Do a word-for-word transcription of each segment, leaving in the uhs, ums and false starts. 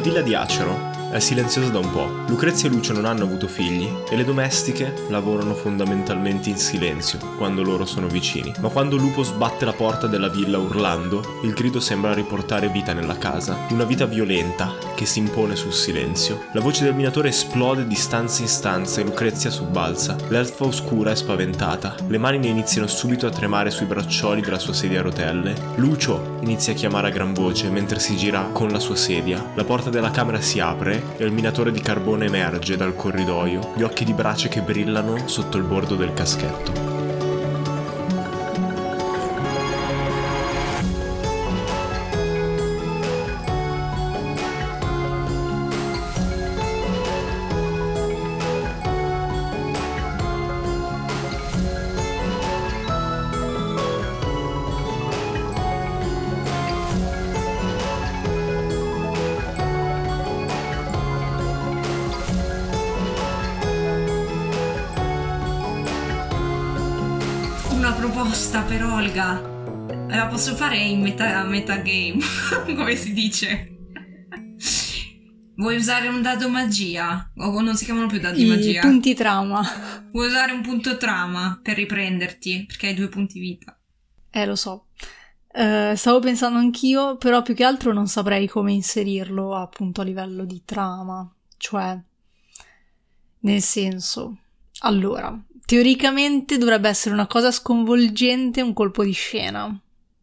villa di Acero è silenziosa da un po'. Lucrezia e Lucio non hanno avuto figli e le domestiche lavorano fondamentalmente in silenzio quando loro sono vicini. Ma quando Lupo sbatte la porta della villa urlando, il grido sembra riportare vita nella casa. Una vita violenta che si impone sul silenzio. La voce del minatore esplode di stanza in stanza e Lucrezia sobbalza. L'elfa oscura è spaventata. Le mani ne iniziano subito a tremare sui braccioli della sua sedia a rotelle. Lucio inizia a chiamare a gran voce mentre si gira con la sua sedia. La porta della camera si apre e il minatore di carbone emerge dal corridoio, gli occhi di brace che brillano sotto il bordo del caschetto. Proposta per Olga, la posso fare in meta, metagame, come si dice? Vuoi usare un dado magia? O non si chiamano più dadi I magia? punti trama. Vuoi usare un punto trama per riprenderti? Perché hai due punti vita. Eh, lo so. Uh, stavo pensando anch'io, però più che altro non saprei come inserirlo appunto a livello di trama. Cioè, nel senso... Allora... Teoricamente dovrebbe essere una cosa sconvolgente, un colpo di scena.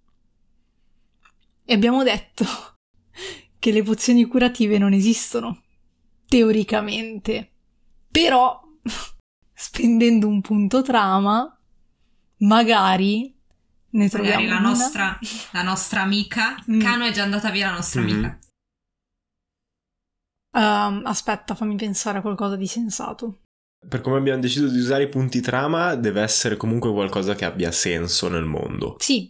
E abbiamo detto che le pozioni curative non esistono. Teoricamente. Però, spendendo un punto trama, magari ne troviamo magari la una. nostra, la nostra amica. Mm. Cano è già andata via la nostra Mm-hmm. amica. Um, aspetta, fammi pensare a qualcosa di sensato. Per come abbiamo deciso di usare i punti trama, deve essere comunque qualcosa che abbia senso nel mondo. Sì.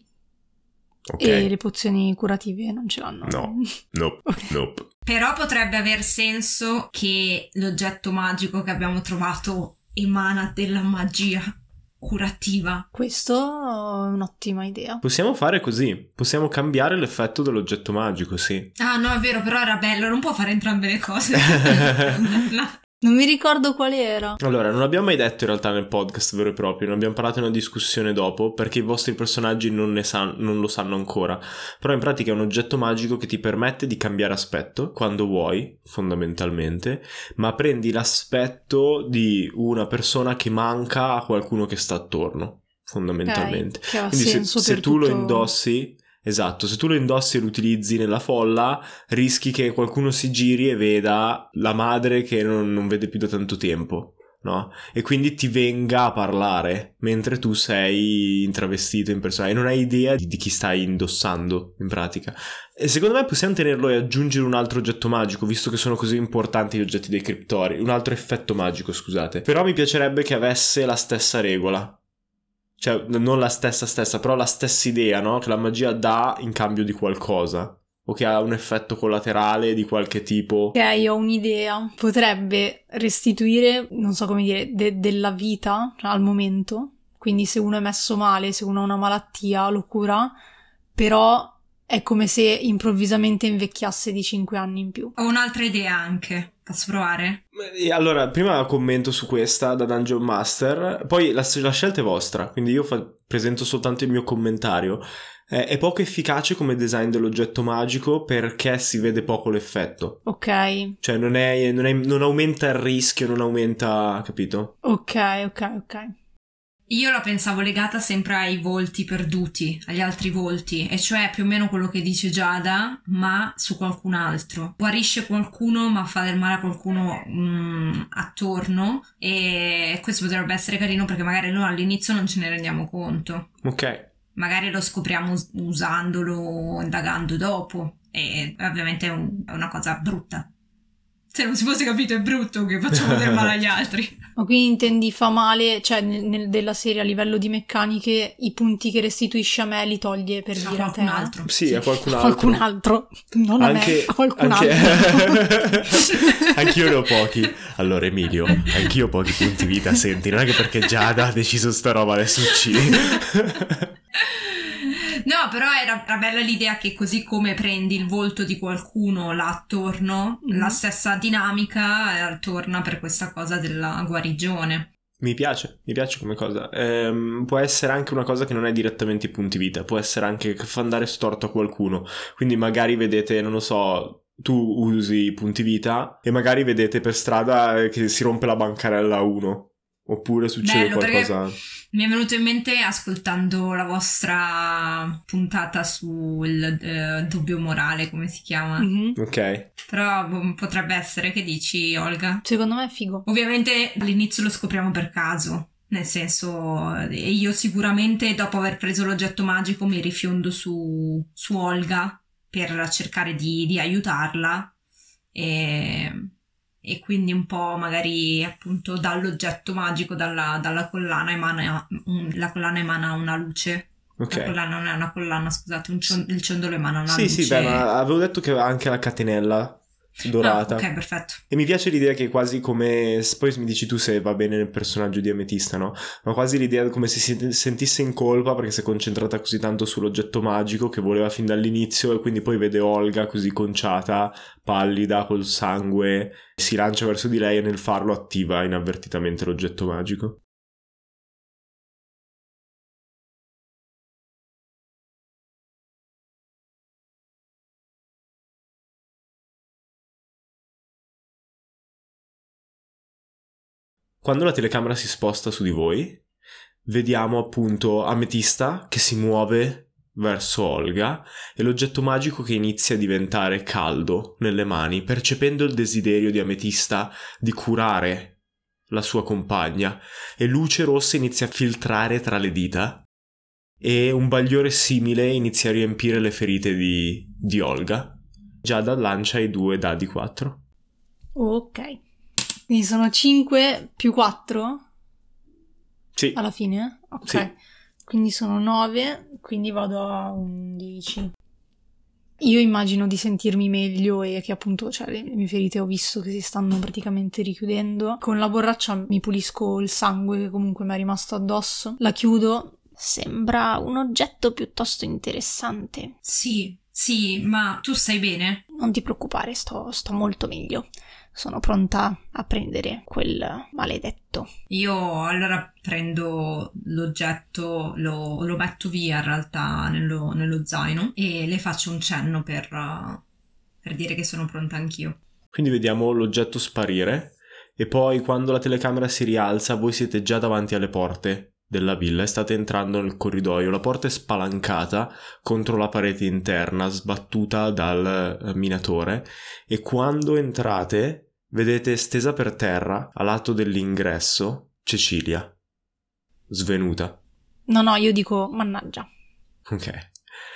Ok. E le pozioni curative non ce l'hanno. No, nope, Ok. nope. Però potrebbe aver senso che l'oggetto magico che abbiamo trovato emana della magia curativa. Questo è un'ottima idea. Possiamo fare così, possiamo cambiare l'effetto dell'oggetto magico, sì. Ah no, è vero, però era bello, non può fare entrambe le cose. No. Non mi ricordo quale era. Allora, non abbiamo mai detto in realtà nel podcast vero e proprio, ne abbiamo parlato in una discussione dopo, perché i vostri personaggi non, ne san- non lo sanno ancora, però in pratica è un oggetto magico che ti permette di cambiare aspetto quando vuoi, fondamentalmente, ma prendi l'aspetto di una persona che manca a qualcuno che sta attorno, fondamentalmente. Okay, che ha Quindi se, senso se per tu lo tutto... indossi... Esatto, se tu lo indossi e lo utilizzi nella folla, rischi che qualcuno si giri e veda la madre che non, non vede più da tanto tempo, no? E quindi ti venga a parlare, mentre tu sei intravestito in persona e non hai idea di, di chi stai indossando, in pratica. E secondo me possiamo tenerlo e aggiungere un altro oggetto magico, visto che sono così importanti gli oggetti dei criptori. Un altro effetto magico, scusate. Però mi piacerebbe che avesse la stessa regola. Cioè, non la stessa stessa, però la stessa idea, no? Che la magia dà in cambio di qualcosa. O che ha un effetto collaterale di qualche tipo. Ok, ho un'idea. Potrebbe restituire, non so come dire, de- della vita al momento. Quindi se uno è messo male, se uno ha una malattia, lo cura. Però è come se improvvisamente invecchiasse di cinque anni in più. Ho un'altra idea anche. Posso provare? E allora, prima commento su questa da Dungeon Master, poi la, la scelta è vostra, quindi io fa, presento soltanto il mio commentario. Eh, è poco efficace come design dell'oggetto magico perché si vede poco l'effetto. Ok. Cioè non, è, non, è, non aumenta il rischio, non aumenta, capito? Ok, ok, ok. Io la pensavo legata sempre ai volti perduti, agli altri volti, e cioè più o meno quello che dice Giada, ma su qualcun altro. Guarisce qualcuno ma fa del male a qualcuno mm, attorno, e questo potrebbe essere carino perché magari noi all'inizio non ce ne rendiamo conto. Ok. Magari lo scopriamo us- usandolo, indagando dopo, e ovviamente è, un, è una cosa brutta. Se non si fosse capito è brutto che facciamo del male agli altri. Ma quindi intendi fa male, cioè nel, nel- della serie a livello di meccaniche, i punti che restituisce a me li toglie per A dire a te? qualcun altro. Sì, a qualcun A altro. qualcun altro, non a Anche, me, a qualcun anche... altro. Anch'io ne ho pochi. Allora Emilio, anch'io ho pochi punti vita, senti, non è che perché Giada ha deciso sta roba adesso uccidi. No, però era, era bella l'idea che così come prendi il volto di qualcuno là attorno, Mm. la stessa dinamica eh, torna per questa cosa della guarigione. Mi piace, mi piace come cosa. Ehm, può essere anche una cosa che non è direttamente i punti vita, può essere anche che fa andare storto a qualcuno. Quindi magari vedete, non lo so, tu usi i punti vita e magari vedete per strada che si rompe la bancarella a uno. Oppure succede Bello, qualcosa. perché mi è venuto in mente ascoltando la vostra puntata sul eh, dubbio morale, come si chiama. Mhm. Ok. Però boh, potrebbe essere, che dici, Olga? Secondo me è figo. Ovviamente all'inizio lo scopriamo per caso, nel senso, e io sicuramente dopo aver preso l'oggetto magico mi rifiondo su, su Olga per cercare di, di aiutarla e, e quindi un po' magari appunto dall'oggetto magico, dalla, dalla collana emana, un- la collana emana una luce. Ok. La collana non è una collana, scusate, un cion- il ciondolo emana una Sì, luce. sì, beh, ma avevo detto che aveva anche la catenella dorata. Ah, ok, perfetto. E mi piace l'idea che quasi come... Poi mi dici tu se va bene nel personaggio di Ametista, no? Ma quasi l'idea come se si sentisse in colpa perché si è concentrata così tanto sull'oggetto magico che voleva fin dall'inizio, e quindi poi vede Olga così conciata, pallida, col sangue, si lancia verso di lei e nel farlo attiva inavvertitamente l'oggetto magico. Quando la telecamera si sposta su di voi, vediamo appunto Ametista che si muove verso Olga e l'oggetto magico che inizia a diventare caldo nelle mani, percependo il desiderio di Ametista di curare la sua compagna, e luce rossa inizia a filtrare tra le dita e un bagliore simile inizia a riempire le ferite di, di Olga. Giada lancia i due dadi quattro. Ok. Quindi sono cinque più quattro Sì. alla fine? Ok. Sì. Quindi sono nove, quindi vado a undici. Io immagino di sentirmi meglio e che appunto, cioè, le mie ferite ho visto che si stanno praticamente richiudendo. Con la borraccia mi pulisco il sangue che comunque mi è rimasto addosso. La chiudo. Sembra un oggetto piuttosto interessante. Sì, sì, ma tu stai bene? Non ti preoccupare, sto, sto molto meglio. Sono pronta a prendere quel maledetto. Io allora prendo l'oggetto, lo, lo metto via in realtà nello, nello zaino e le faccio un cenno per, uh, per dire che sono pronta anch'io. Quindi vediamo l'oggetto sparire e poi quando la telecamera si rialza voi siete già davanti alle porte della villa e state entrando nel corridoio. La porta è spalancata contro la parete interna sbattuta dal eh, minatore, e quando entrate vedete stesa per terra a lato dell'ingresso Cecilia, svenuta. No, no, io dico mannaggia. Ok.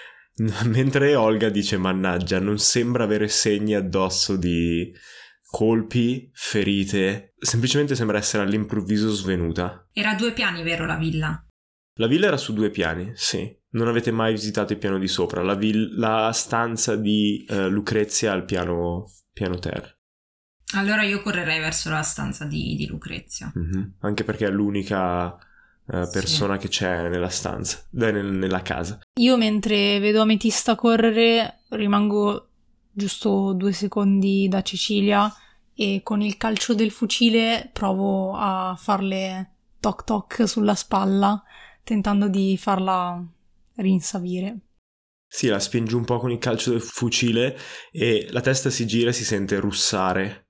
Mentre Olga dice mannaggia, non sembra avere segni addosso di colpi, ferite, semplicemente sembra essere all'improvviso svenuta. Era a due piani, vero, la villa? La villa era su due piani, sì. Non avete mai visitato il piano di sopra. La, vill- la stanza di eh, Lucrezia al piano, piano terra. Allora io correrei verso la stanza di, di Lucrezia. Mm-hmm. Anche perché è l'unica eh, persona Sì. che c'è nella stanza, beh, nel- nella casa. Io mentre vedo Ametista correre rimango giusto due secondi da Cecilia e con il calcio del fucile provo a farle toc toc sulla spalla tentando di farla rinsavire. Sì, la spingi un po' con il calcio del fucile e la testa si gira e si sente russare.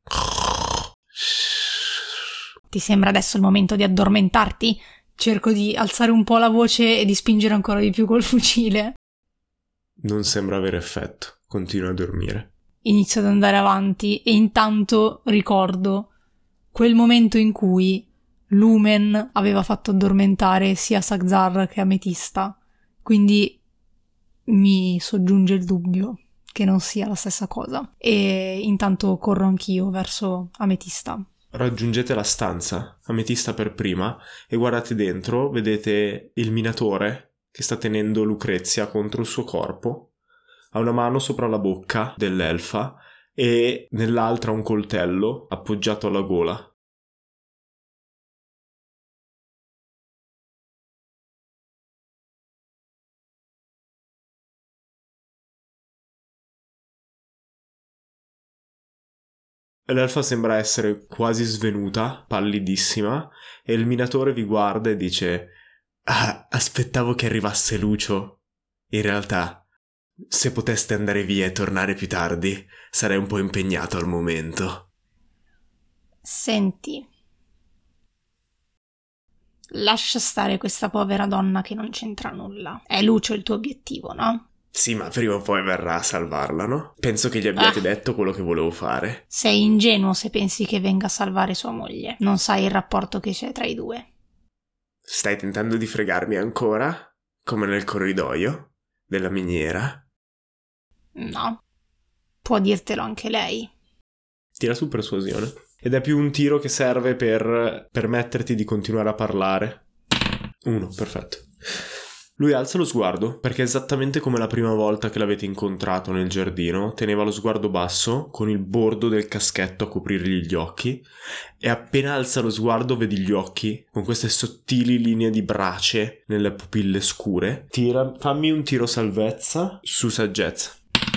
Ti sembra adesso il momento di addormentarti? Cerco di alzare un po' la voce e di spingere ancora di più col fucile. Non sembra avere effetto. Continua a dormire. Inizio ad andare avanti e intanto ricordo quel momento in cui Lumen aveva fatto addormentare sia Sagzar che Ametista, quindi mi soggiunge il dubbio che non sia la stessa cosa, e intanto corro anch'io verso Ametista. Raggiungete la stanza, Ametista per prima, e guardate dentro, vedete il minatore che sta tenendo Lucrezia contro il suo corpo. Ha una mano sopra la bocca dell'elfa e nell'altra un coltello appoggiato alla gola. L'elfa sembra essere quasi svenuta, pallidissima, e il minatore vi guarda e dice: ah, aspettavo che arrivasse Lucio. In realtà, se poteste andare via e tornare più tardi, sarei un po' impegnato al momento. Senti, lascia stare questa povera donna che non c'entra nulla. È Lucio il tuo obiettivo, no? Sì, ma prima o poi verrà a salvarla, no? Penso che gli abbiate ah. detto quello che volevo fare. Sei ingenuo se pensi che venga a salvare sua moglie. Non sai il rapporto che c'è tra i due. Stai tentando di fregarmi ancora? Come nel corridoio della miniera? No. Può dirtelo anche lei. Tira su persuasione. Ed è più un tiro che serve per permetterti di continuare a parlare. Uno, perfetto. Lui alza lo sguardo, perché esattamente come la prima volta che l'avete incontrato nel giardino, teneva lo sguardo basso, con il bordo del caschetto a coprirgli gli occhi, e appena alza lo sguardo vedi gli occhi, con queste sottili linee di brace nelle pupille scure. Tira, fammi un tiro salvezza su saggezza.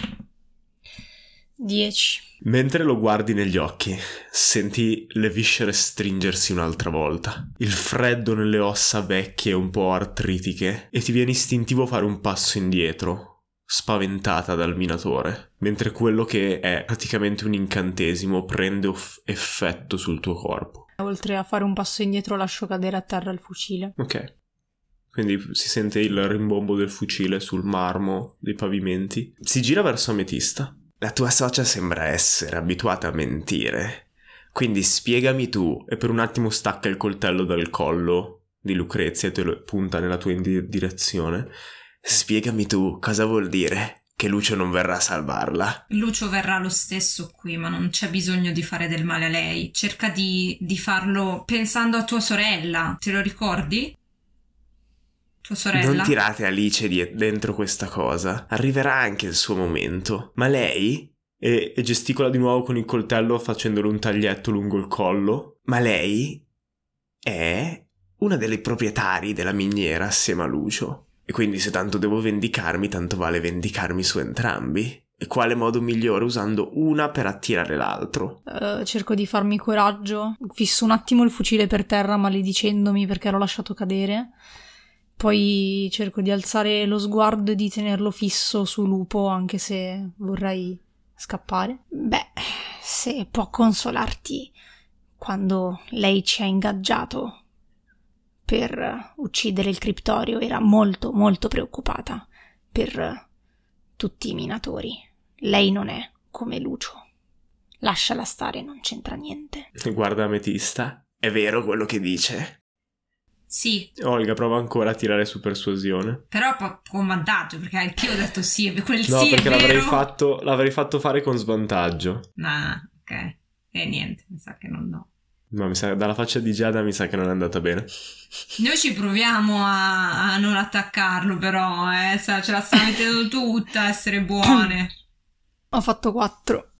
Dieci. Mentre lo guardi negli occhi, senti le viscere stringersi un'altra volta, il freddo nelle ossa vecchie e un po' artritiche, e ti viene istintivo fare un passo indietro, spaventata dal minatore, mentre quello che è praticamente un incantesimo prende off- effetto sul tuo corpo. Oltre a fare un passo indietro lascio cadere a terra il fucile. Ok. Quindi si sente il rimbombo del fucile sul marmo dei pavimenti. Si gira verso Ametista. La tua socia sembra essere abituata a mentire, quindi spiegami tu, e per un attimo stacca il coltello dal collo di Lucrezia e te lo punta nella tua indi- direzione. Spiegami tu cosa vuol dire che Lucio non verrà a salvarla. Lucio verrà lo stesso qui, ma non c'è bisogno di fare del male a lei. Cerca di, di farlo pensando a tua sorella, te lo ricordi? Tua sorella. Non tirate Alice di- dentro questa cosa. Arriverà anche il suo momento. Ma lei... E, e gesticola di nuovo con il coltello facendole un taglietto lungo il collo. Ma lei è una delle proprietari della miniera assieme a Lucio. E quindi se tanto devo vendicarmi, tanto vale vendicarmi su entrambi. E quale modo migliore usando una per attirare l'altro? Uh, cerco di farmi coraggio. Fisso un attimo il fucile per terra maledicendomi perché l'ho lasciato cadere. Poi cerco di alzare lo sguardo e di tenerlo fisso su Lupo, anche se vorrei scappare. Beh, se può consolarti, quando lei ci ha ingaggiato per uccidere il criptorio era molto, molto preoccupata per tutti i minatori. Lei non è come Lucio. Lasciala stare, non c'entra niente. Guarda Ametista, è vero quello che dice? Sì. Olga prova ancora a tirare su persuasione. Però po- con vantaggio, perché anch'io ho detto sì, quel no, sì è perché vero. l'avrei fatto, l'avrei fatto fare con svantaggio. Ah, ok. E niente, mi sa che non no. Ma mi sa, dalla faccia di Giada mi sa che non è andata bene. Noi ci proviamo a, a non attaccarlo, però, eh, sa, ce la sta mettendo tutta, essere buone. Ho fatto quattro.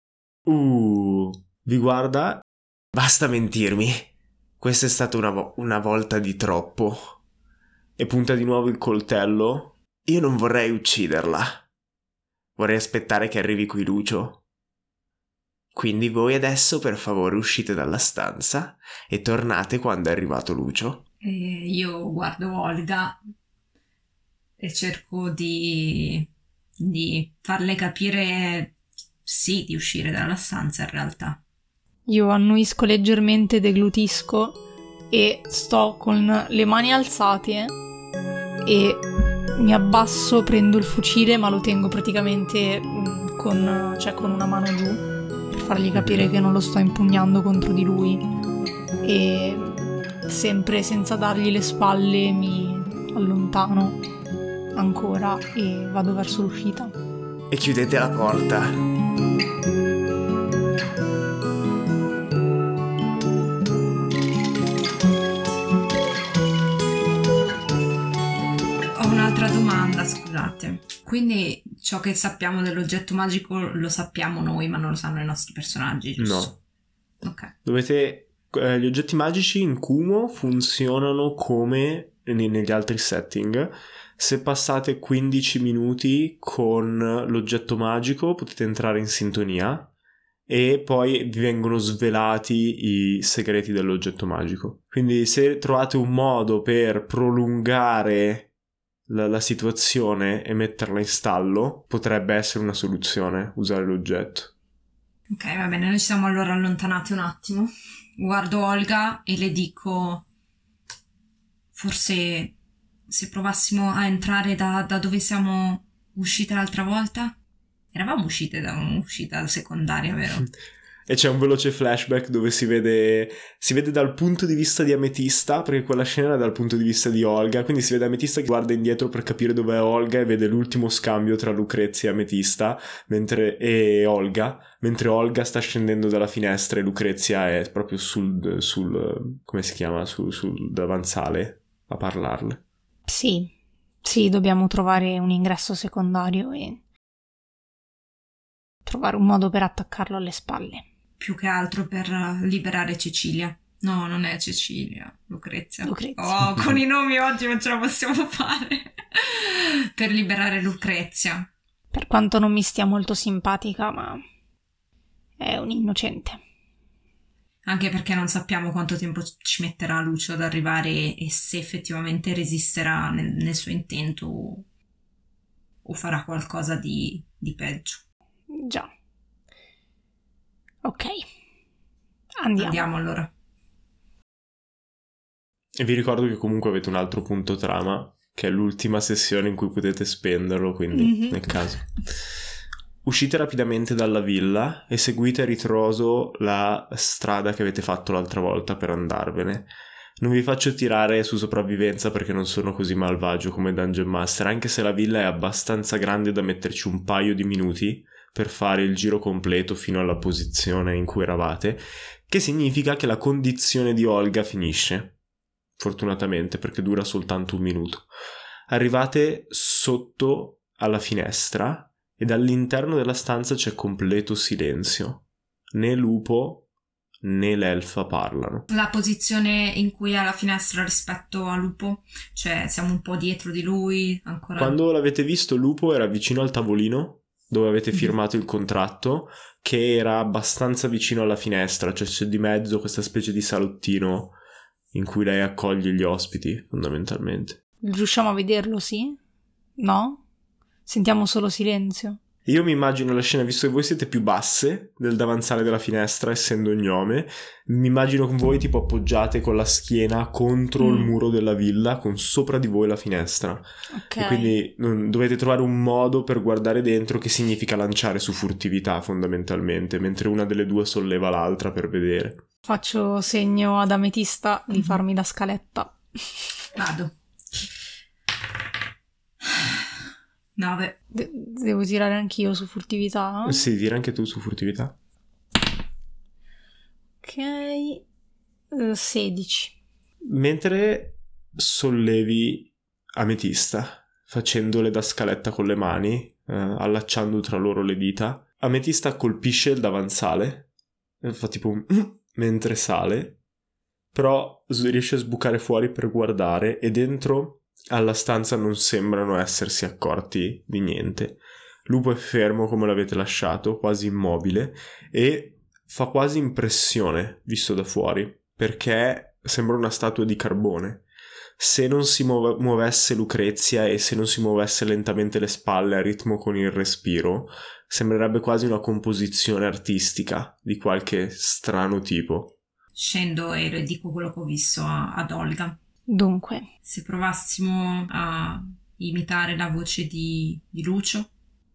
Uh, vi guarda. Basta mentirmi. Questa è stata una, vo- una volta di troppo. E punta di nuovo il coltello. Io non vorrei ucciderla. Vorrei aspettare che arrivi qui Lucio. Quindi voi adesso per favore uscite dalla stanza e tornate quando è arrivato Lucio. E io guardo Olga e cerco di, di farle capire sì, di uscire dalla stanza in realtà. Io annuisco leggermente, deglutisco e sto con le mani alzate e mi abbasso, prendo il fucile ma lo tengo praticamente con, cioè con una mano giù per fargli capire che non lo sto impugnando contro di lui, e sempre senza dargli le spalle mi allontano ancora e vado verso l'uscita. E chiudete la porta. Un'altra domanda, scusate. Quindi ciò che sappiamo dell'oggetto magico lo sappiamo noi, ma non lo sanno i nostri personaggi, giusto? No. Ok. Dovete... Eh, gli oggetti magici in Kumo funzionano come ne- negli altri setting. Se passate quindici minuti con l'oggetto magico potete entrare in sintonia e poi vi vengono svelati i segreti dell'oggetto magico. Quindi se trovate un modo per prolungare la, la situazione e metterla in stallo, potrebbe essere una soluzione usare l'oggetto. Ok, va bene, noi ci siamo allora allontanati un attimo. Guardo Olga e le dico: forse se provassimo a entrare da, da dove siamo uscite l'altra volta? Eravamo uscite da un'uscita secondaria, vero? E c'è un veloce flashback dove si vede si vede dal punto di vista di Ametista, perché quella scena era dal punto di vista di Olga, quindi si vede Ametista che guarda indietro per capire dov'è Olga e vede l'ultimo scambio tra Lucrezia e Ametista mentre, e Olga, mentre Olga sta scendendo dalla finestra e Lucrezia è proprio sul, sul come si chiama, sul, sul davanzale a parlarle. Sì, sì, dobbiamo trovare un ingresso secondario e trovare un modo per attaccarlo alle spalle. Più che altro per liberare Cecilia. No, non è Cecilia, Lucrezia. Lucrezia. Oh, con i nomi oggi non ce la possiamo fare. Per liberare Lucrezia. Per quanto non mi stia molto simpatica, ma è un innocente. Anche perché non sappiamo quanto tempo ci metterà Lucio ad arrivare e se effettivamente resisterà nel, nel suo intento o, o farà qualcosa di, di peggio. Già. Ok. Andiamo. Andiamo allora. E vi ricordo che comunque avete un altro punto trama, che è l'ultima sessione in cui potete spenderlo, quindi mm-hmm. nel caso. Uscite rapidamente dalla villa e seguite a ritroso la strada che avete fatto l'altra volta per andarvene. Non vi faccio tirare su sopravvivenza perché non sono così malvagio come Dungeon Master, anche se la villa è abbastanza grande da metterci un paio di minuti per fare il giro completo fino alla posizione in cui eravate, che significa che la condizione di Olga finisce, fortunatamente, perché dura soltanto un minuto. Arrivate sotto alla finestra e dall'interno della stanza c'è completo silenzio. Né Lupo né l'elfa parlano. La posizione in cui è la finestra rispetto a Lupo, cioè siamo un po' dietro di lui ancora. Quando l'avete visto, Lupo era vicino al tavolino dove avete firmato il contratto, che era abbastanza vicino alla finestra, cioè c'è di mezzo questa specie di salottino in cui lei accoglie gli ospiti, fondamentalmente. Riusciamo a vederlo, sì? No? Sentiamo solo silenzio. Io mi immagino la scena, visto che voi siete più basse del davanzale della finestra, essendo gnome, mi immagino con voi tipo appoggiate con la schiena contro mm. il muro della villa, con sopra di voi la finestra. Okay. E quindi non, dovete trovare un modo per guardare dentro, che significa lanciare su furtività fondamentalmente, mentre una delle due solleva l'altra per vedere. Faccio segno ad Ametista di farmi la scaletta. Vado. nove. De- devo tirare anch'io su furtività? No? Sì, tira anche tu su furtività. Ok, uh, sedici. Mentre sollevi Ametista, facendole da scaletta con le mani, eh, allacciando tra loro le dita, Ametista colpisce il davanzale, fa tipo un mentre sale, però riesce a sbucare fuori per guardare e dentro alla stanza non sembrano essersi accorti di niente. Lupo è fermo come l'avete lasciato, quasi immobile, e fa quasi impressione visto da fuori, perché sembra una statua di carbone. Se non si muove- muovesse Lucrezia e se non si muovesse lentamente le spalle a ritmo con il respiro, sembrerebbe quasi una composizione artistica di qualche strano tipo. Scendo e le dico quello che ho visto a- ad Olga. Dunque, se provassimo a imitare la voce di, di Lucio?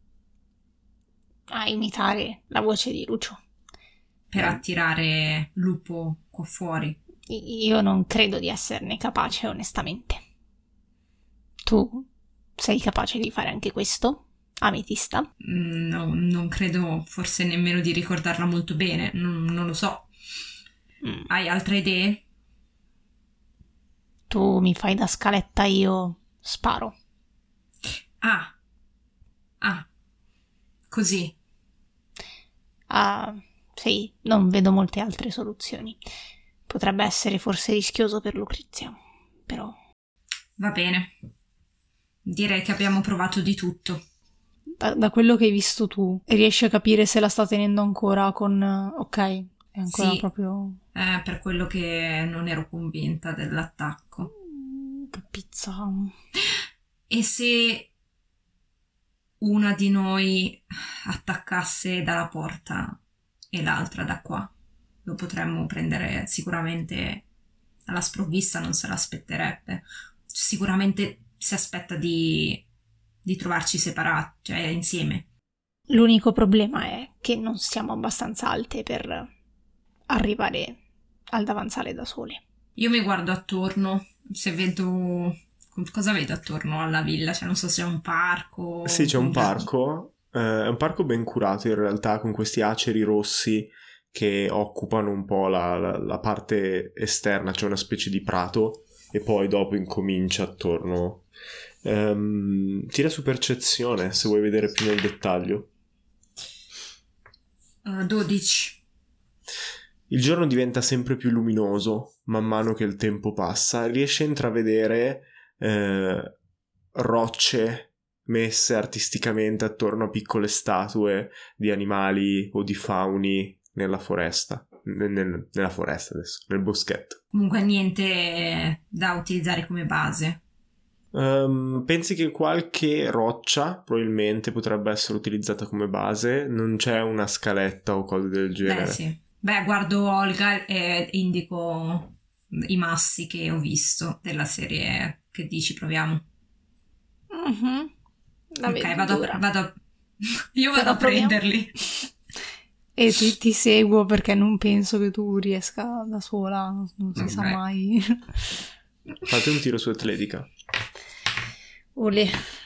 A imitare la voce di Lucio. Per attirare Lupo qua fuori. Io non credo di esserne capace, onestamente. Tu sei capace di fare anche questo, Ametista? No, non credo, forse nemmeno di ricordarla molto bene, non, non lo so. Mm. Hai altre idee? Tu mi fai da scaletta, io sparo. Ah, ah, così. Ah, sì, non vedo molte altre soluzioni. Potrebbe essere forse rischioso per Lucrezia, però... Va bene. Direi che abbiamo provato di tutto. da, da quello che hai visto tu, riesci a capire se la sta tenendo ancora con... Ok, è ancora sì, proprio... eh, per quello che non ero convinta dell'attacco. Mm, che pizza. E se una di noi attaccasse dalla porta e l'altra da qua, lo potremmo prendere sicuramente alla sprovvista, non se l'aspetterebbe. Sicuramente si aspetta di, di trovarci separati, cioè insieme. L'unico problema è che non siamo abbastanza alte per arrivare al davanzale da sole. Io mi guardo attorno, se vedo... Cosa vedo attorno alla villa? Cioè non so se è un parco... Sì, c'è un parco, eh, è un parco ben curato in realtà, con questi aceri rossi che occupano un po' la, la, la parte esterna, c'è una specie di prato e poi dopo incomincia attorno. Um, tira su percezione se vuoi vedere più nel dettaglio. Uh, dodici. Il giorno diventa sempre più luminoso man mano che il tempo passa, riesci a intravedere eh, rocce messe artisticamente attorno a piccole statue di animali o di fauni nella foresta, nel, nella foresta adesso, nel boschetto. Comunque niente da utilizzare come base. Um, pensi che qualche roccia probabilmente potrebbe essere utilizzata come base? Non c'è una scaletta o cose del genere? Beh sì. Beh, guardo Olga e indico i massi che ho visto della serie. Che dici, proviamo? Mm-hmm. Ok, vado, vado a... io vado Però a prenderli. E ti, ti seguo perché non penso che tu riesca da sola, non si Vabbè. sa mai. Fate un tiro su atletica. Olè.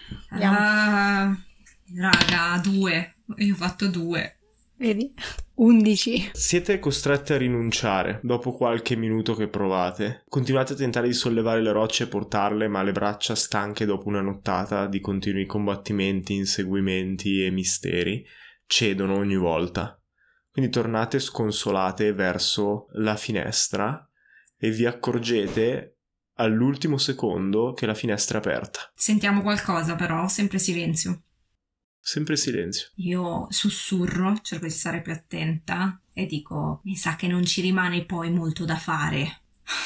Ah, raga, due. Io ho fatto due. Vedi? undici. Siete costretti a rinunciare dopo qualche minuto che provate. Continuate a tentare di sollevare le rocce e portarle, ma le braccia stanche dopo una nottata di continui combattimenti, inseguimenti e misteri cedono ogni volta. Quindi tornate sconsolate verso la finestra e vi accorgete all'ultimo secondo che la finestra è aperta. Sentiamo qualcosa però, sempre silenzio. Sempre silenzio. Io sussurro, cerco di stare più attenta e dico, mi sa che non ci rimane poi molto da fare.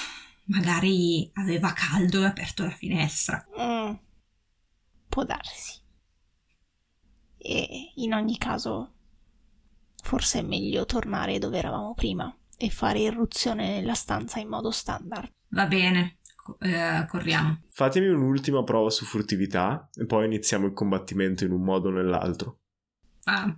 Magari aveva caldo e ha aperto la finestra. Mm. Può darsi. E in ogni caso, forse è meglio tornare dove eravamo prima e fare irruzione nella stanza in modo standard. Va bene, eh, corriamo. Fatemi un'ultima prova su furtività e poi iniziamo il combattimento in un modo o nell'altro. Ah.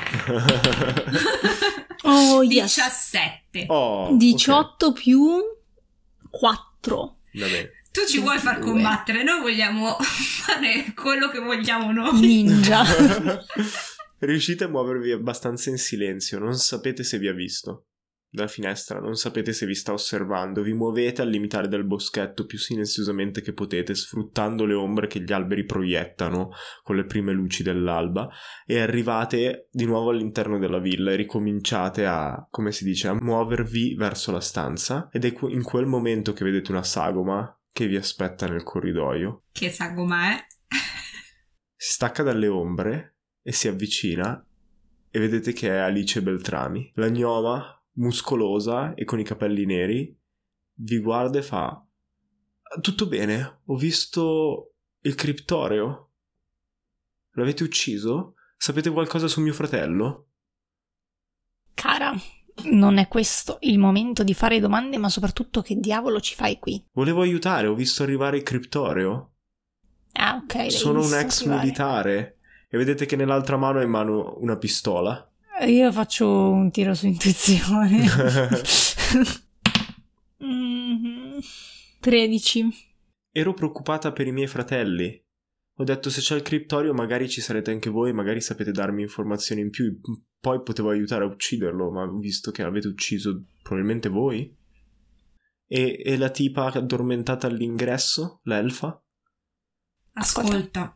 Oh, yes. diciassette. Oh, diciotto ok. più quattro. Va bene. Tu ci vuoi far Due. combattere, noi vogliamo fare quello che vogliamo noi. Ninja. Riuscite a muovervi abbastanza in silenzio, non sapete se vi ha visto. Dalla finestra non sapete se vi sta osservando, vi muovete al limitare del boschetto più silenziosamente che potete, sfruttando le ombre che gli alberi proiettano con le prime luci dell'alba, e arrivate di nuovo all'interno della villa e ricominciate a, come si dice, a muovervi verso la stanza, ed è in quel momento che vedete una sagoma che vi aspetta nel corridoio. Che sagoma è? Si stacca dalle ombre e si avvicina e vedete che è Alice Beltrami, la gnoma muscolosa e con i capelli neri. Vi guarda e fa: tutto bene, ho visto il criptoreo. L'avete ucciso? Sapete qualcosa su mio fratello? Cara, non è questo il momento di fare domande, ma soprattutto che diavolo ci fai qui? Volevo aiutare, ho visto arrivare il criptoreo. Ah, ok. l'hai Sono un visto ex arrivare. militare e vedete che nell'altra mano ha in mano una pistola. Io faccio un tiro su intuizione. mm-hmm. tredici. Ero preoccupata per i miei fratelli. Ho detto, se c'è il criptorio magari ci sarete anche voi, magari sapete darmi informazioni in più, poi potevo aiutare a ucciderlo, ma visto che l'avete ucciso probabilmente voi. E, e la tipa addormentata all'ingresso, l'elfa? Ascolta.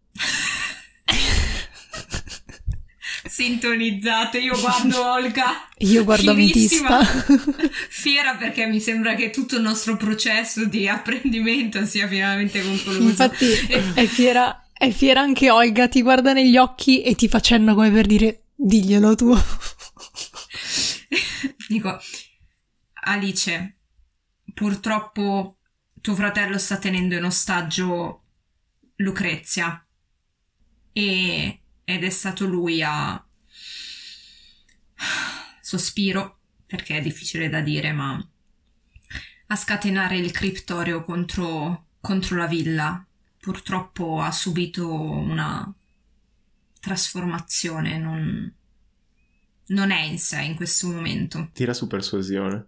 Sintonizzate, io guardo Olga. Io guardo fierissima, Ametista. fiera perché mi sembra che tutto il nostro processo di apprendimento sia finalmente concluso. Infatti è fiera È fiera anche Olga, ti guarda negli occhi e ti fa cenno come per dire diglielo tu. Dico, Alice, purtroppo tuo fratello sta tenendo in ostaggio Lucrezia e, ed è stato lui a sospiro, perché è difficile da dire, ma a scatenare il criptorio contro, contro la villa. Purtroppo ha subito una trasformazione, non, non è in sé in questo momento. Tira su persuasione.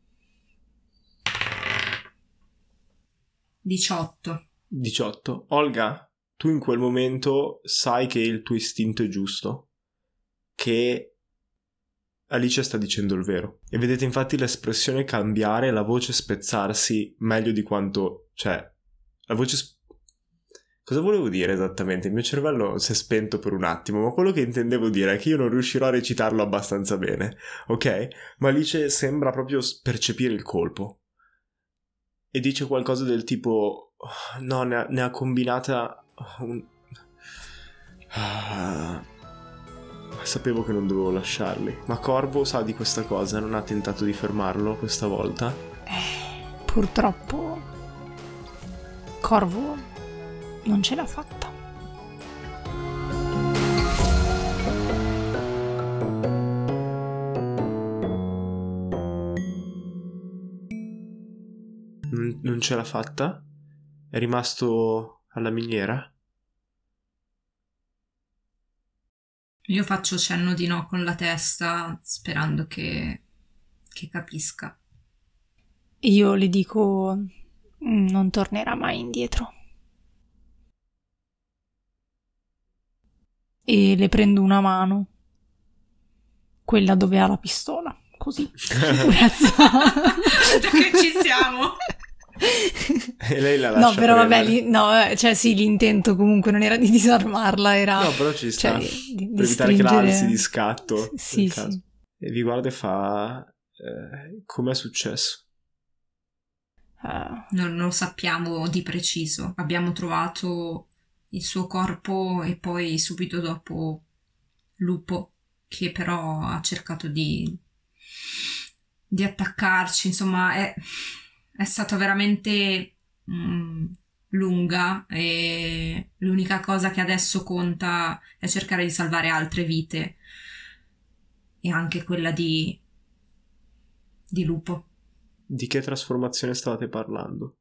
diciotto. diciotto. Olga, tu in quel momento sai che il tuo istinto è giusto, che Alice sta dicendo il vero. E vedete infatti l'espressione cambiare, la voce spezzarsi meglio di quanto... Cioè, la voce... Sp- Cosa volevo dire esattamente? Il mio cervello si è spento per un attimo, ma quello che intendevo dire è che io non riuscirò a recitarlo abbastanza bene, ok? Ma Alice sembra proprio percepire il colpo. E dice qualcosa del tipo... No, ne ha, ne ha combinata... Un... Ah... Sapevo che non dovevo lasciarli. Ma Corvo sa di questa cosa, non ha tentato di fermarlo questa volta? Eh, purtroppo Corvo non ce l'ha fatta. Non, non ce l'ha fatta? È rimasto alla miniera? Io faccio cenno di no con la testa, sperando che, che capisca. Io le dico non tornerà mai indietro. E le prendo una mano, quella dove ha la pistola, così. Grazie. Già che ci siamo. E lei la lascia No, però prendere. vabbè, li, no, cioè sì, l'intento comunque non era di disarmarla, era... No, però ci sta. Cioè, di, di per evitare che la stringere- alzi di scatto. Sì, nel sì. caso. E vi guarda e fa... Eh, com'è successo? Eh, Non lo sappiamo di preciso. Abbiamo trovato il suo corpo e poi subito dopo Lupo, che però ha cercato di, di attaccarci. Insomma, è, è stata veramente mm, lunga e l'unica cosa che adesso conta è cercare di salvare altre vite e anche quella di, di Lupo. Di che trasformazione stavate parlando?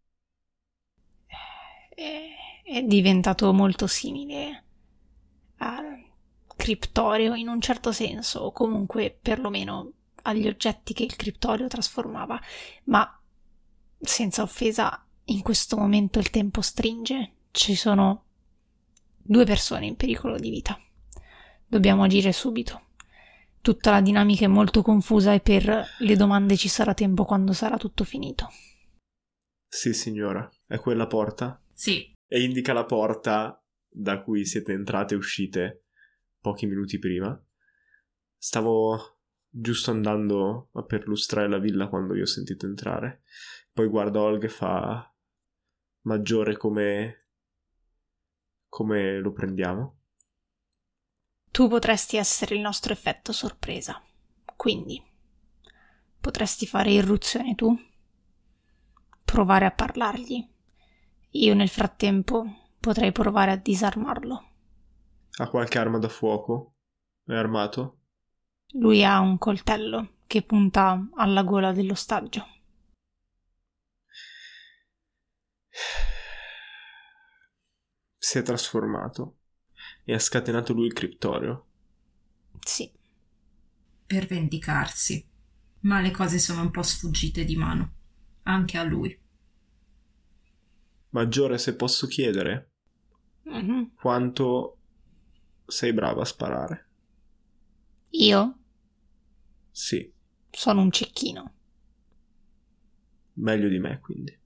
è, è diventato molto simile al criptorio in un certo senso, o comunque perlomeno agli oggetti che il criptorio trasformava, ma senza offesa, in questo momento il tempo stringe, ci sono due persone in pericolo di vita. Dobbiamo agire subito. Tutta la dinamica è molto confusa e per le domande ci sarà tempo quando sarà tutto finito. Sì, signora. È quella porta? Sì, E indica la porta da cui siete entrate e uscite pochi minuti prima. Stavo giusto andando a perlustrare la villa quando vi ho sentito entrare. Poi guarda Olga e fa... Maggiore, come... come lo prendiamo? Tu potresti essere il nostro effetto sorpresa, quindi potresti fare irruzione tu, provare a parlargli. Io nel frattempo potrei provare a disarmarlo. Ha qualche arma da fuoco? È armato? Lui ha un coltello che punta alla gola dell'ostaggio. Si è trasformato e ha scatenato lui il criptorio. Sì. per vendicarsi. Ma le cose sono un po' sfuggite di mano, anche a lui. Maggiore, se posso chiedere, Mm-hmm. quanto sei brava a sparare? Io Sì, sono un cecchino. meglio di me, quindi.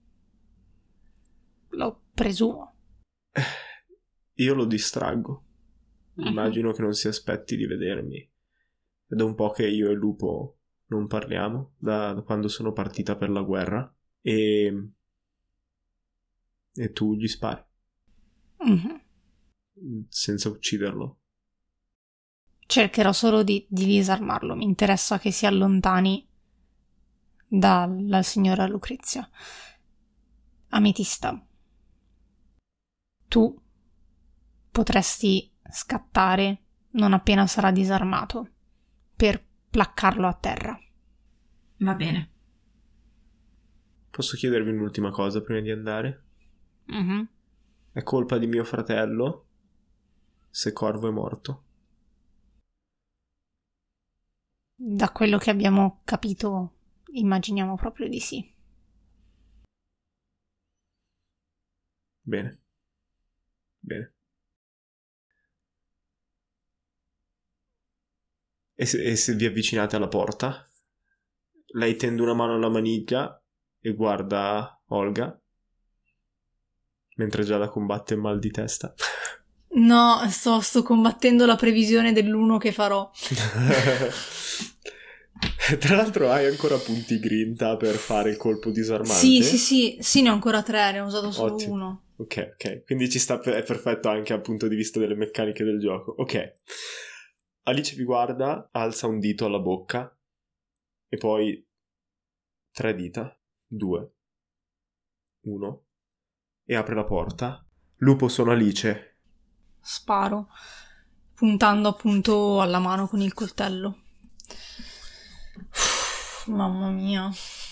Lo presumo. Io lo distraggo. Mhm. Immagino che non si aspetti di vedermi. È da un po' che io e il lupo non parliamo, da, da quando sono partita per la guerra. E... E tu gli spari. Mm-hmm. senza ucciderlo. Cercherò solo di, di disarmarlo. Mi interessa che si allontani dalla signora Lucrezia. Ametista, tu potresti scattare non appena sarà disarmato per placcarlo a terra. Va bene. Posso chiedervi un'ultima cosa prima di andare? Mm-hmm. È colpa di mio fratello se Corvo è morto? Da quello che abbiamo capito, immaginiamo proprio di sì. Bene. Bene. E se, e se vi avvicinate alla porta, lei tende una mano alla maniglia e guarda Olga, mentre Giada combatte il mal di testa. No, sto, sto combattendo la previsione dell'uno che farò. Tra l'altro hai ancora punti grinta per fare il colpo disarmante? Sì, sì, sì, sì, ne ho ancora tre, ne ho usato solo Ottimo. uno. Ok, ok, quindi ci sta, è perfetto anche dal punto di vista delle meccaniche del gioco. Ok, Alice vi guarda, alza un dito alla bocca e poi tre dita, due, uno, e apre la porta. Lupo, sono Alice. Sparo, puntando appunto alla mano con il coltello. Uff, mamma mia.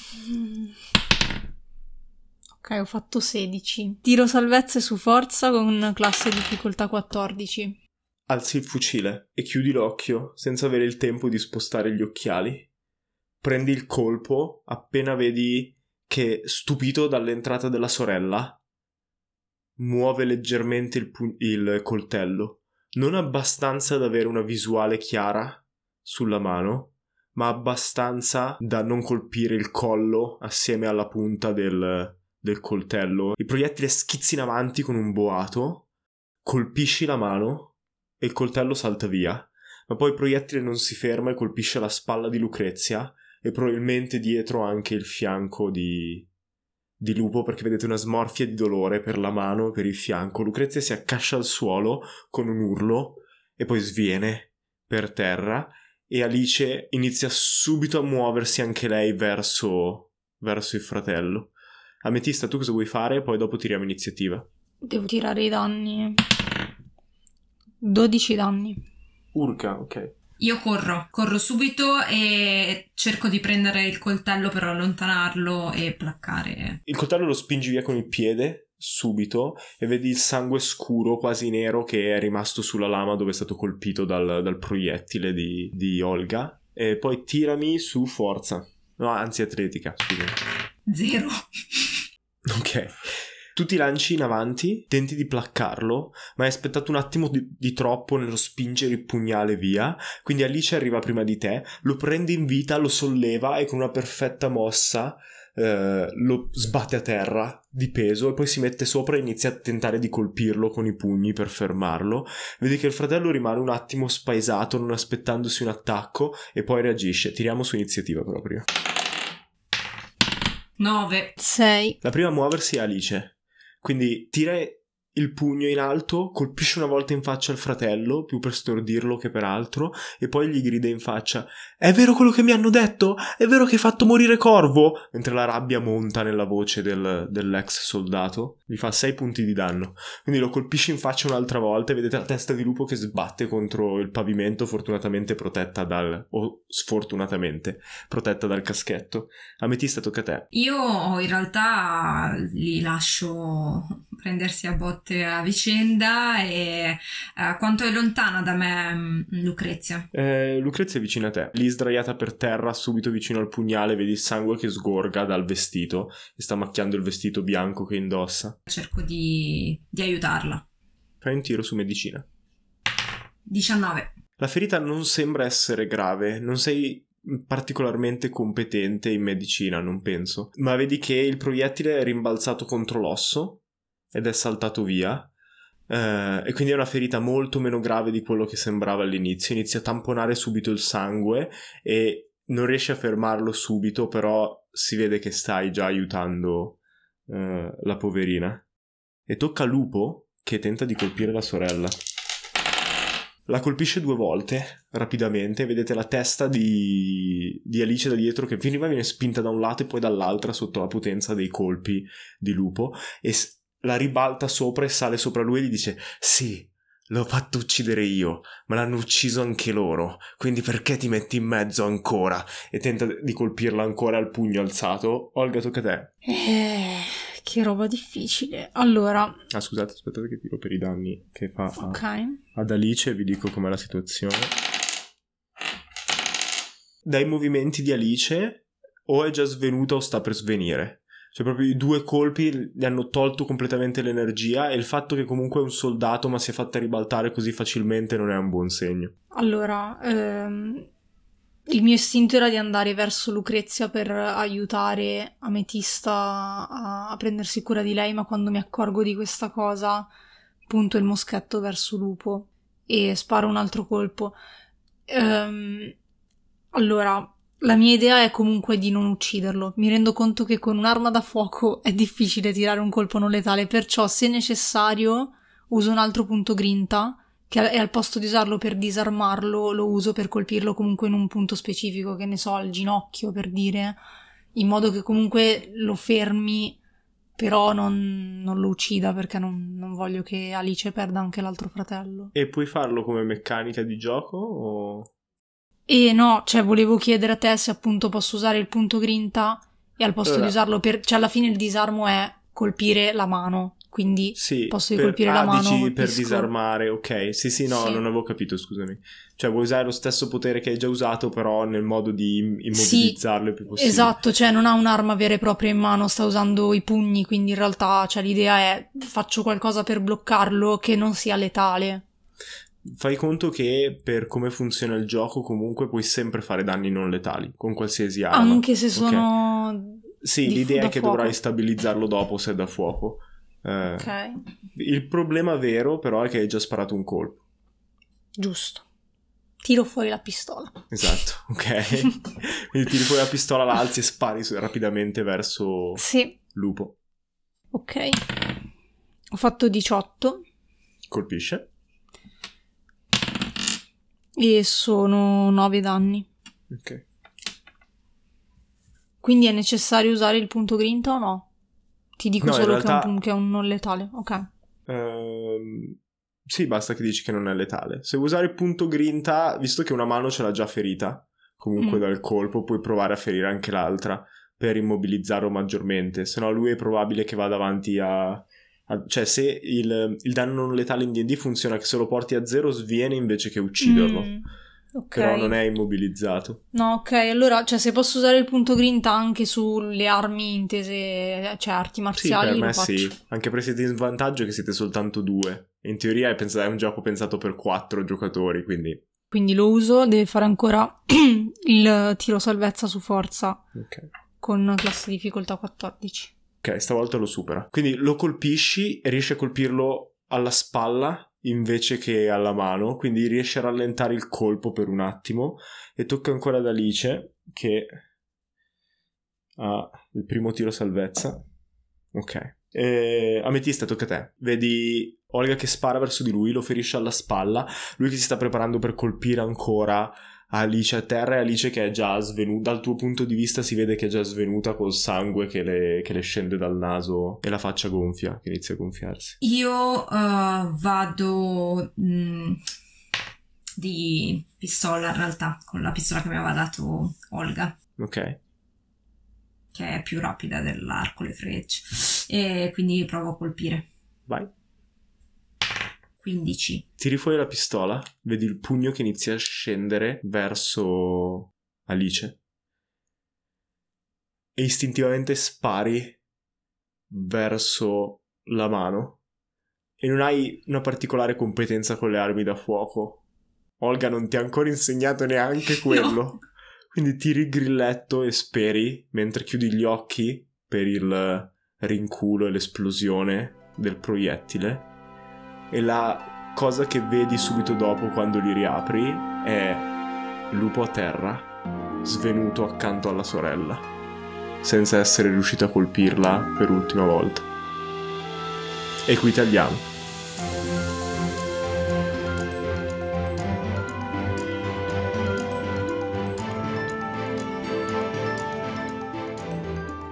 Ok, ho fatto sedici. Tiro salvezze su forza con classe difficoltà quattordici. Alzi il fucile e chiudi l'occhio senza avere il tempo di spostare gli occhiali. Prendi il colpo appena vedi che, stupito dall'entrata della sorella, muove leggermente il, pu- il coltello. Non abbastanza da avere una visuale chiara sulla mano, ma abbastanza da non colpire il collo assieme alla punta del, del coltello. Il proiettile schizza in avanti con un boato, colpisci la mano e il coltello salta via, ma poi il proiettile non si ferma e colpisce la spalla di Lucrezia e probabilmente dietro anche il fianco di, di Lupo, perché vedete una smorfia di dolore per la mano e per il fianco. Lucrezia si accascia al suolo con un urlo e poi sviene per terra e Alice inizia subito a muoversi anche lei verso, verso il fratello. Ametista, tu cosa vuoi fare? Poi dopo tiriamo iniziativa. Devo tirare i danni. dodici danni. Urca, ok. Io corro, corro subito e cerco di prendere il coltello per allontanarlo e placcare. Il coltello lo spingi via con il piede, subito, e vedi il sangue scuro, quasi nero, che è rimasto sulla lama dove è stato colpito dal, dal proiettile di, di Olga. E poi tirami su forza. No, anzi atletica, scusami. Zero. Ok. Tu ti lanci in avanti, tenti di placcarlo, ma hai aspettato un attimo di, di troppo nello spingere il pugnale via, quindi Alice arriva prima di te, lo prende in vita, lo solleva e con una perfetta mossa eh, lo sbatte a terra di peso e poi si mette sopra e inizia a tentare di colpirlo con i pugni per fermarlo. Vedi che il fratello rimane un attimo spaesato, non aspettandosi un attacco, e poi reagisce. Tiriamo su iniziativa proprio. nove. sei. La prima a muoversi è Alice. Quindi tira il pugno in alto, colpisce una volta in faccia il fratello, più per stordirlo che per altro, e poi gli grida in faccia: «È vero quello che mi hanno detto? È vero che hai fatto morire Corvo?» Mentre la rabbia monta nella voce del, dell'ex soldato. Gli fa sei punti di danno. Quindi lo colpisce in faccia un'altra volta e vedete la testa di lupo che sbatte contro il pavimento, fortunatamente protetta dal... o sfortunatamente protetta dal caschetto. Ametista, tocca a te. Io in realtà li lascio prendersi a botte a vicenda. E uh, quanto è lontana da me Lucrezia? Eh, Lucrezia è vicino a te, lì sdraiata per terra, subito vicino al pugnale, vedi il sangue che sgorga dal vestito e sta macchiando il vestito bianco che indossa. Cerco di, di aiutarla. Fai un tiro su medicina. diciannove. La ferita non sembra essere grave, non sei particolarmente competente in medicina, non penso, ma vedi che il proiettile è rimbalzato contro l'osso ed è saltato via, eh, e quindi è una ferita molto meno grave di quello che sembrava all'inizio. Inizia a tamponare subito il sangue e non riesci a fermarlo subito, però si vede che stai già aiutando eh, la poverina. E tocca a Lupo, che tenta di colpire la sorella. La colpisce due volte, rapidamente, vedete la testa di, di Alice da dietro che finiva viene spinta da un lato e poi dall'altra sotto la potenza dei colpi di Lupo, e s- la ribalta sopra e sale sopra lui e gli dice: sì, l'ho fatto uccidere io, ma l'hanno ucciso anche loro, quindi perché ti metti in mezzo ancora? E tenta di colpirla ancora al pugno alzato. Olga, tocca a te. Eh, che roba difficile. Allora... Ah, scusate, aspettate che tiro per i danni che fa a, Ok. ad Alice e vi dico com'è la situazione. Dai movimenti di Alice o è già svenuta o sta per svenire. Cioè proprio i due colpi gli hanno tolto completamente l'energia, e il fatto che comunque è un soldato ma si è fatta ribaltare così facilmente non è un buon segno. Allora, ehm, il mio istinto era di andare verso Lucrezia per aiutare Ametista a, a prendersi cura di lei, ma quando mi accorgo di questa cosa punto il moschetto verso Lupo e sparo un altro colpo. Ehm, allora, la mia idea è comunque di non ucciderlo. Mi rendo conto che con un'arma da fuoco è difficile tirare un colpo non letale, perciò se necessario uso un altro punto grinta, che è al posto di usarlo per disarmarlo lo uso per colpirlo comunque in un punto specifico, che ne so, al ginocchio per dire, in modo che comunque lo fermi, però non, non lo uccida, perché non, non voglio che Alice perda anche l'altro fratello. E puoi farlo come meccanica di gioco o... E no, cioè volevo chiedere a te se appunto posso usare il punto grinta e al posto Allora. di usarlo per... cioè alla fine il disarmo è colpire la mano, quindi Sì, posso per, colpire ah, la mano, dici per colpisco. disarmare, ok. Sì, sì, no, Sì. non avevo capito, scusami. Cioè vuoi usare lo stesso potere che hai già usato, però nel modo di immobilizzarlo il più possibile. Esatto, cioè non ha un'arma vera e propria in mano, sta usando i pugni, quindi in realtà cioè, l'idea è faccio qualcosa per bloccarlo che non sia letale. Fai conto che per come funziona il gioco comunque puoi sempre fare danni non letali con qualsiasi arma. Anche se Ok. sono... Sì, di- l'idea da è che fuoco. dovrai stabilizzarlo dopo se è da fuoco. Eh, Ok, Il problema vero però è che hai già sparato un colpo. giusto. Tiro fuori la pistola. Esatto, ok. Quindi tiri fuori la pistola, la alzi e spari su- rapidamente verso Sì, Lupo. ok. Ho fatto diciotto Colpisce. e sono nove danni. Ok. Quindi è necessario usare il punto grinta o no? Ti dico No, in solo realtà- che, è un, che è un non letale. Ok. Ehm, sì, basta che dici che non è letale. Se vuoi usare il punto grinta, visto che una mano ce l'ha già ferita, comunque Mm. dal colpo, puoi provare a ferire anche l'altra per immobilizzarlo maggiormente. Se no lui è probabile che vada avanti a... a- cioè se il, il danno non letale in D and D funziona che se lo porti a zero sviene invece che ucciderlo. Mm, ok. Però non è immobilizzato. No, ok, allora, cioè se posso usare il punto grinta anche sulle armi intese, cioè arti Sì, marziali, per lo me faccio. sì. Anche perché siete in svantaggio che siete soltanto due. In teoria è, pensato, è un gioco pensato per quattro giocatori, quindi... Quindi lo uso, deve fare ancora il tiro salvezza su forza Ok. con classe difficoltà quattordici. Ok, stavolta lo supera. Quindi lo colpisci e riesci a colpirlo alla spalla invece che alla mano, quindi riesci a rallentare il colpo per un attimo, e tocca ancora ad Alice che ha il primo tiro salvezza. Ok. E... Ametista, tocca a te. Vedi Olga che spara verso di lui, lo ferisce alla spalla, lui che si sta preparando per colpire ancora Alice a terra, e Alice che è già svenuta. Dal tuo punto di vista si vede che è già svenuta col sangue che le, che le scende dal naso e la faccia gonfia, che inizia a gonfiarsi. Io eh, vado mh, di pistola in realtà, con la pistola che mi aveva dato Olga, Ok. che è più rapida dell'arco, le frecce, e quindi provo a colpire. Vai. quindici. Tiri fuori la pistola, vedi il pugno che inizia a scendere verso Alice e istintivamente spari verso la mano, e non hai una particolare competenza con le armi da fuoco. Olga non ti ha ancora insegnato neanche quello. No. Quindi tiri il grilletto e speri mentre chiudi gli occhi per il rinculo e l'esplosione del proiettile, e la cosa che vedi subito dopo quando li riapri è Lupo a terra, svenuto accanto alla sorella, senza essere riuscito a colpirla per l'ultima volta. E qui tagliamo.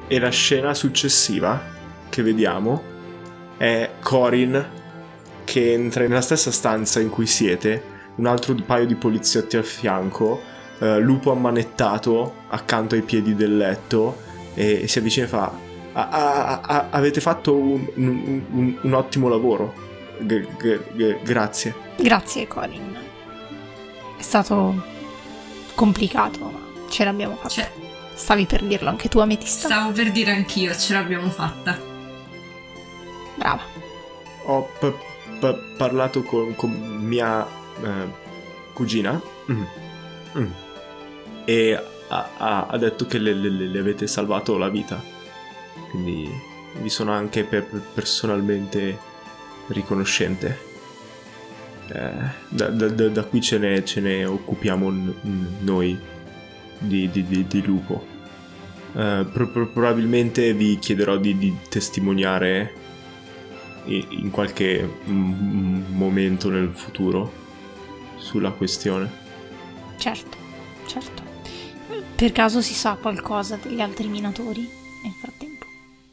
E la scena successiva che vediamo è Corin che entra nella stessa stanza in cui siete, un altro paio di poliziotti al fianco, eh, Lupo ammanettato accanto ai piedi del letto, e, e si avvicina e fa: a- a- a- avete fatto un, un, un, un ottimo lavoro, g- g- g- grazie. Grazie, Corin. È stato complicato, ma ce l'abbiamo fatta. Cioè, Stavi per dirlo anche tu, Ametista? stavo per dire anch'io, ce l'abbiamo fatta. Brava. Ho p- p- parlato con, con mia eh, cugina mm. Mm. e ha, ha, ha detto che le, le, le avete salvato la vita, quindi vi sono anche per, per personalmente riconoscente. Eh, da, da, da, da qui ce ne, ce ne occupiamo n- noi di, di, di, di Lupo. Eh, pro- pro- probabilmente vi chiederò di, di testimoniare in qualche momento nel futuro sulla questione. Certo, certo. Per caso si sa qualcosa degli altri minatori nel frattempo?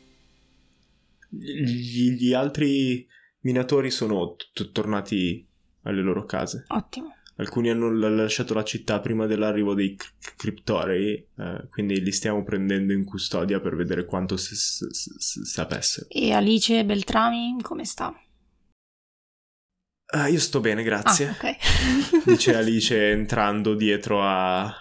Gli, gli altri minatori sono t- tornati alle loro case. Ottimo. Alcuni hanno l- lasciato la città prima dell'arrivo dei cr- criptorei, eh, quindi li stiamo prendendo in custodia per vedere quanto si s- s- sapessero. E Alice Beltrami come sta? Ah, io sto bene, grazie. Ah, ok. Dice Alice entrando dietro a...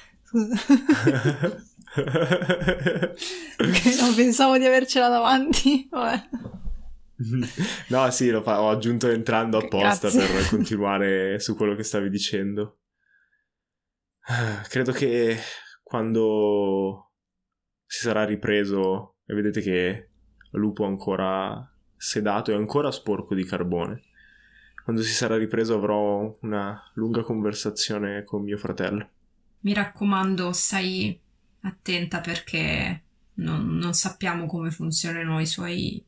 Non pensavo di avercela davanti. Vabbè. No, sì, lo fa- ho aggiunto entrando apposta. Grazie. Per continuare su quello che stavi dicendo. Credo che quando si sarà ripreso e vedete che Lupo è ancora sedato e ancora sporco di carbone, quando si sarà ripreso avrò una lunga conversazione con mio fratello. Mi raccomando, stai attenta perché non, non sappiamo come funzionano i suoi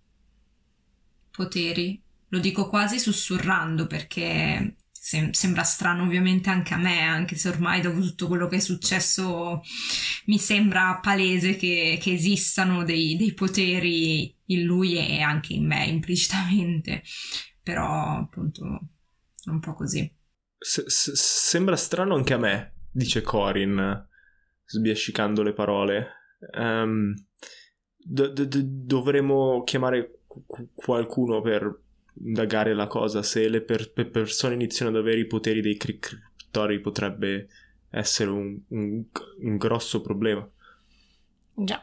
poteri. Lo dico quasi sussurrando perché sem- sembra strano ovviamente anche a me, anche se ormai dopo tutto quello che è successo mi sembra palese che, che esistano dei, dei poteri in lui e anche in me implicitamente, però appunto è un po' così. S- s- sembra strano anche a me, dice Corin, sbiascicando le parole. Um, do- do- dovremo chiamare qu- qualcuno per indagare la cosa. Se le per- per persone iniziano ad avere i poteri dei cri- criptori potrebbe essere un, un, un grosso problema. Già.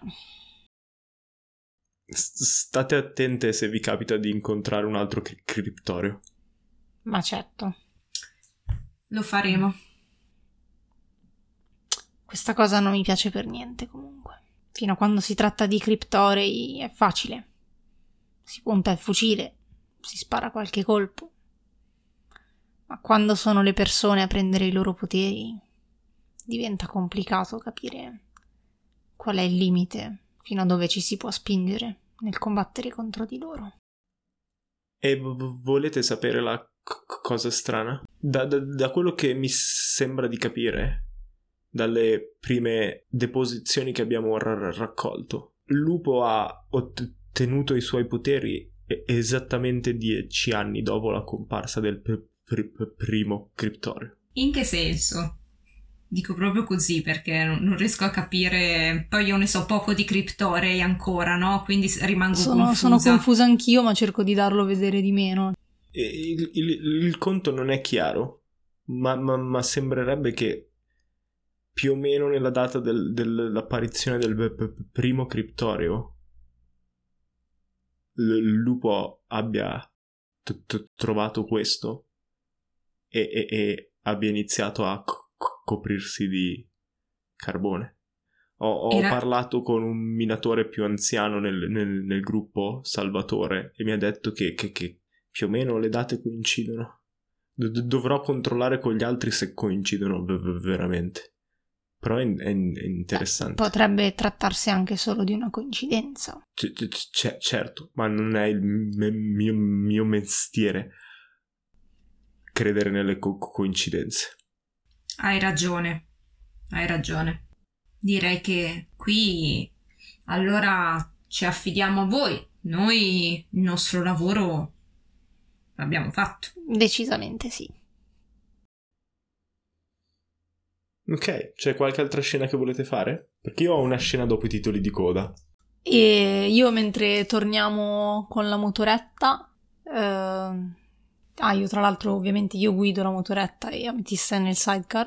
S- state attente se vi capita di incontrare un altro cri- criptorio. Ma certo. Lo faremo. Questa cosa non mi piace per niente comunque. Fino a quando si tratta di criptorei è facile. Si punta il fucile, si spara qualche colpo. Ma quando sono le persone a prendere i loro poteri, diventa complicato capire qual è il limite fino a dove ci si può spingere nel combattere contro di loro. E v- volete sapere la c- cosa strana? Da, da, da quello che mi sembra di capire, dalle prime deposizioni che abbiamo ra- raccolto, Lupo ha ottenuto i suoi poteri esattamente dieci anni dopo la comparsa del p- pr- primo criptorio. In che senso? Dico proprio così perché non, non riesco a capire. Poi io ne so poco di criptorei ancora, no? Quindi s- rimango Sono, confusa. sono confusa anch'io, ma cerco di darlo a vedere di meno. E il, il, il conto non è chiaro, ma, ma, ma sembrerebbe che più o meno nella data del, dell'apparizione del p- p- primo criptorio il lupo abbia t- t- trovato questo e, e, e abbia iniziato a co- coprirsi di carbone. Ho, ho Era... parlato con un minatore più anziano nel, nel, nel gruppo, Salvatore, e mi ha detto che, che, che più o meno le date coincidono. D- dovrò controllare con gli altri se coincidono v- v- veramente. Però è, è, è interessante. Eh, potrebbe trattarsi anche solo di una coincidenza. C- c- c- certo, ma non è il me- mio, mio mestiere credere nelle co- coincidenze. Hai ragione, hai ragione. Direi che qui allora ci affidiamo a voi. Noi il nostro lavoro l'abbiamo fatto. Decisamente sì. Ok, c'è qualche altra scena che volete fare? Perché io ho una scena dopo i titoli di coda. E io mentre torniamo con la motoretta, eh... ah, io tra l'altro ovviamente io guido la motoretta e Ametista è nel sidecar.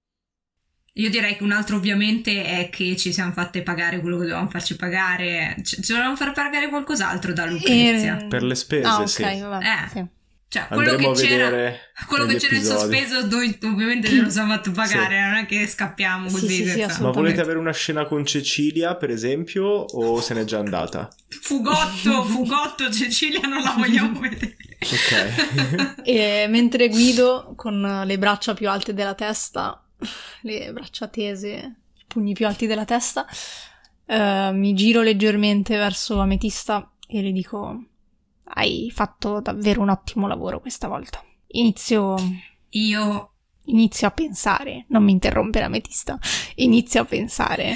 Io direi che un altro ovviamente è che ci siamo fatte pagare quello che dovevamo farci pagare. C- ci dovevamo far pagare qualcos'altro da Lucrezia. E... Per le spese, ah, ok, sì. vabbè, Eh. sì. Cioè, quello Andremo che a c'era, vedere quello che negli c'era in episodi. sospeso, noi ovviamente ce lo siamo fatto pagare, Sì. non è che scappiamo Sì, così. sì, sì, senza- assolutamente. Ma volete avere una scena con Cecilia, per esempio, o se n'è già andata? Fugotto, fugotto, Cecilia non la vogliamo vedere. Ok. E mentre guido con le braccia più alte della testa, le braccia tese, i pugni più alti della testa, eh, mi giro leggermente verso Ametista e le dico: hai fatto davvero un ottimo lavoro questa volta. Inizio, Io inizio a pensare, non mi interrompere Ametista, inizio a pensare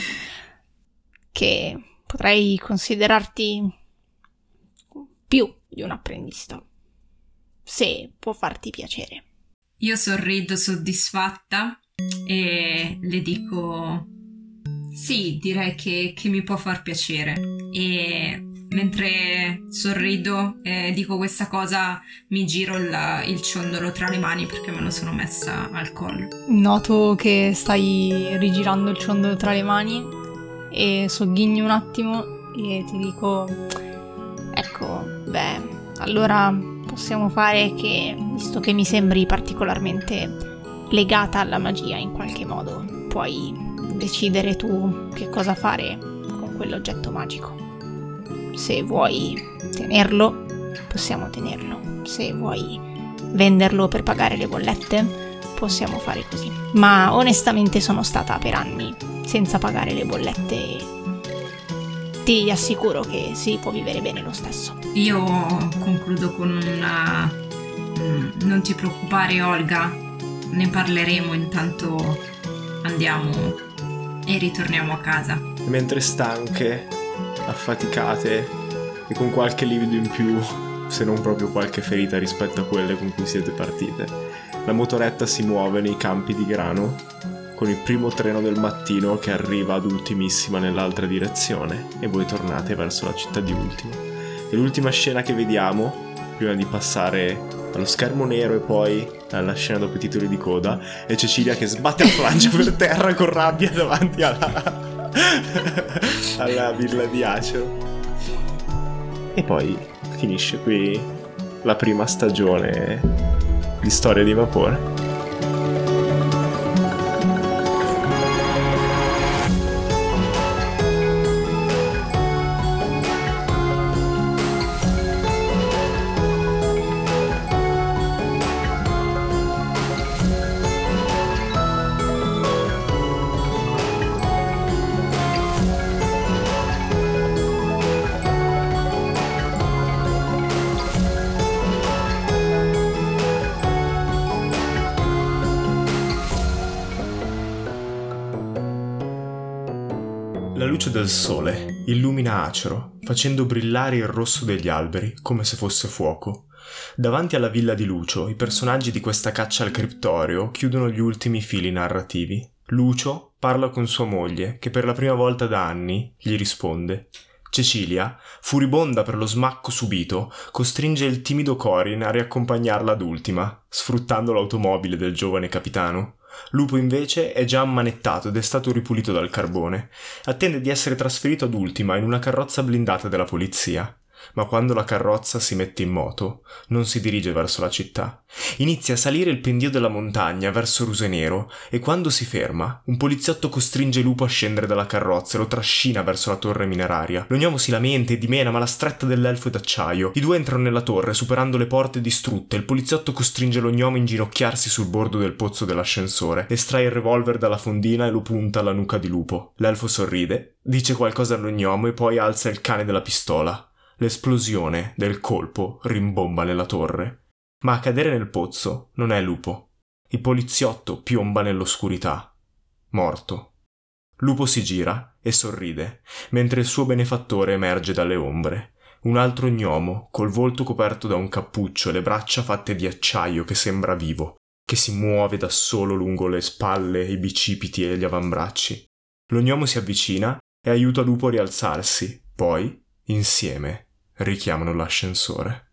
che potrei considerarti più di un apprendista, se può farti piacere. Io sorrido soddisfatta e le dico sì, direi che, che mi può far piacere. E mentre sorrido e dico questa cosa mi giro il, il ciondolo tra le mani perché me lo sono messa al collo. Noto che stai rigirando il ciondolo tra le mani e sogghigni un attimo e ti dico: ecco, beh, allora possiamo fare che, visto che mi sembri particolarmente legata alla magia in qualche modo, puoi decidere tu che cosa fare con quell'oggetto magico. Se vuoi tenerlo, possiamo tenerlo. Se vuoi venderlo per pagare le bollette, possiamo fare così. Ma onestamente sono stata per anni senza pagare le bollette e ti assicuro che si può vivere bene lo stesso. Io concludo con una non ti preoccupare Olga, ne parleremo, intanto andiamo e ritorniamo a casa. Mentre stanche, affaticate e con qualche livido in più, se non proprio qualche ferita rispetto a quelle con cui siete partite, la motoretta si muove nei campi di grano con il primo treno del mattino che arriva ad ultimissima nell'altra direzione e voi tornate verso la città di Ultimo. E l'ultima scena che vediamo, prima di passare allo schermo nero e poi alla scena dopo i titoli di coda, è Cecilia che sbatte la flancia per terra con rabbia davanti alla, alla villa di Acero. E poi finisce qui la prima stagione di Storia di Vapore. La luce del sole illumina Acero, facendo brillare il rosso degli alberi come se fosse fuoco. Davanti alla villa di Lucio, i personaggi di questa caccia al criptorio chiudono gli ultimi fili narrativi. Lucio parla con sua moglie, che per la prima volta da anni gli risponde. Cecilia, furibonda per lo smacco subito, costringe il timido Corin a riaccompagnarla ad Ultima, sfruttando l'automobile del giovane capitano. Lupo invece è già ammanettato ed è stato ripulito dal carbone. Attende di essere trasferito ad Ultima in una carrozza blindata della polizia. Ma quando la carrozza si mette in moto, non si dirige verso la città. Inizia a salire il pendio della montagna verso Rusenero e quando si ferma, un poliziotto costringe Lupo a scendere dalla carrozza e lo trascina verso la torre mineraria. L'ognomo si lamenta e dimena, ma la stretta dell'elfo è d'acciaio. I due entrano nella torre, superando le porte distrutte. Il poliziotto costringe l'ognomo a inginocchiarsi sul bordo del pozzo dell'ascensore, estrae il revolver dalla fondina e lo punta alla nuca di Lupo. L'elfo sorride, dice qualcosa all'ognomo e poi alza il cane della pistola. L'esplosione del colpo rimbomba nella torre. Ma a cadere nel pozzo non è Lupo. Il poliziotto piomba nell'oscurità. Morto. Lupo si gira e sorride, mentre il suo benefattore emerge dalle ombre. Un altro gnomo, col volto coperto da un cappuccio e le braccia fatte di acciaio che sembra vivo, che si muove da solo lungo le spalle, i bicipiti e gli avambracci. Lo gnomo si avvicina e aiuta Lupo a rialzarsi, poi, insieme, richiamano l'ascensore.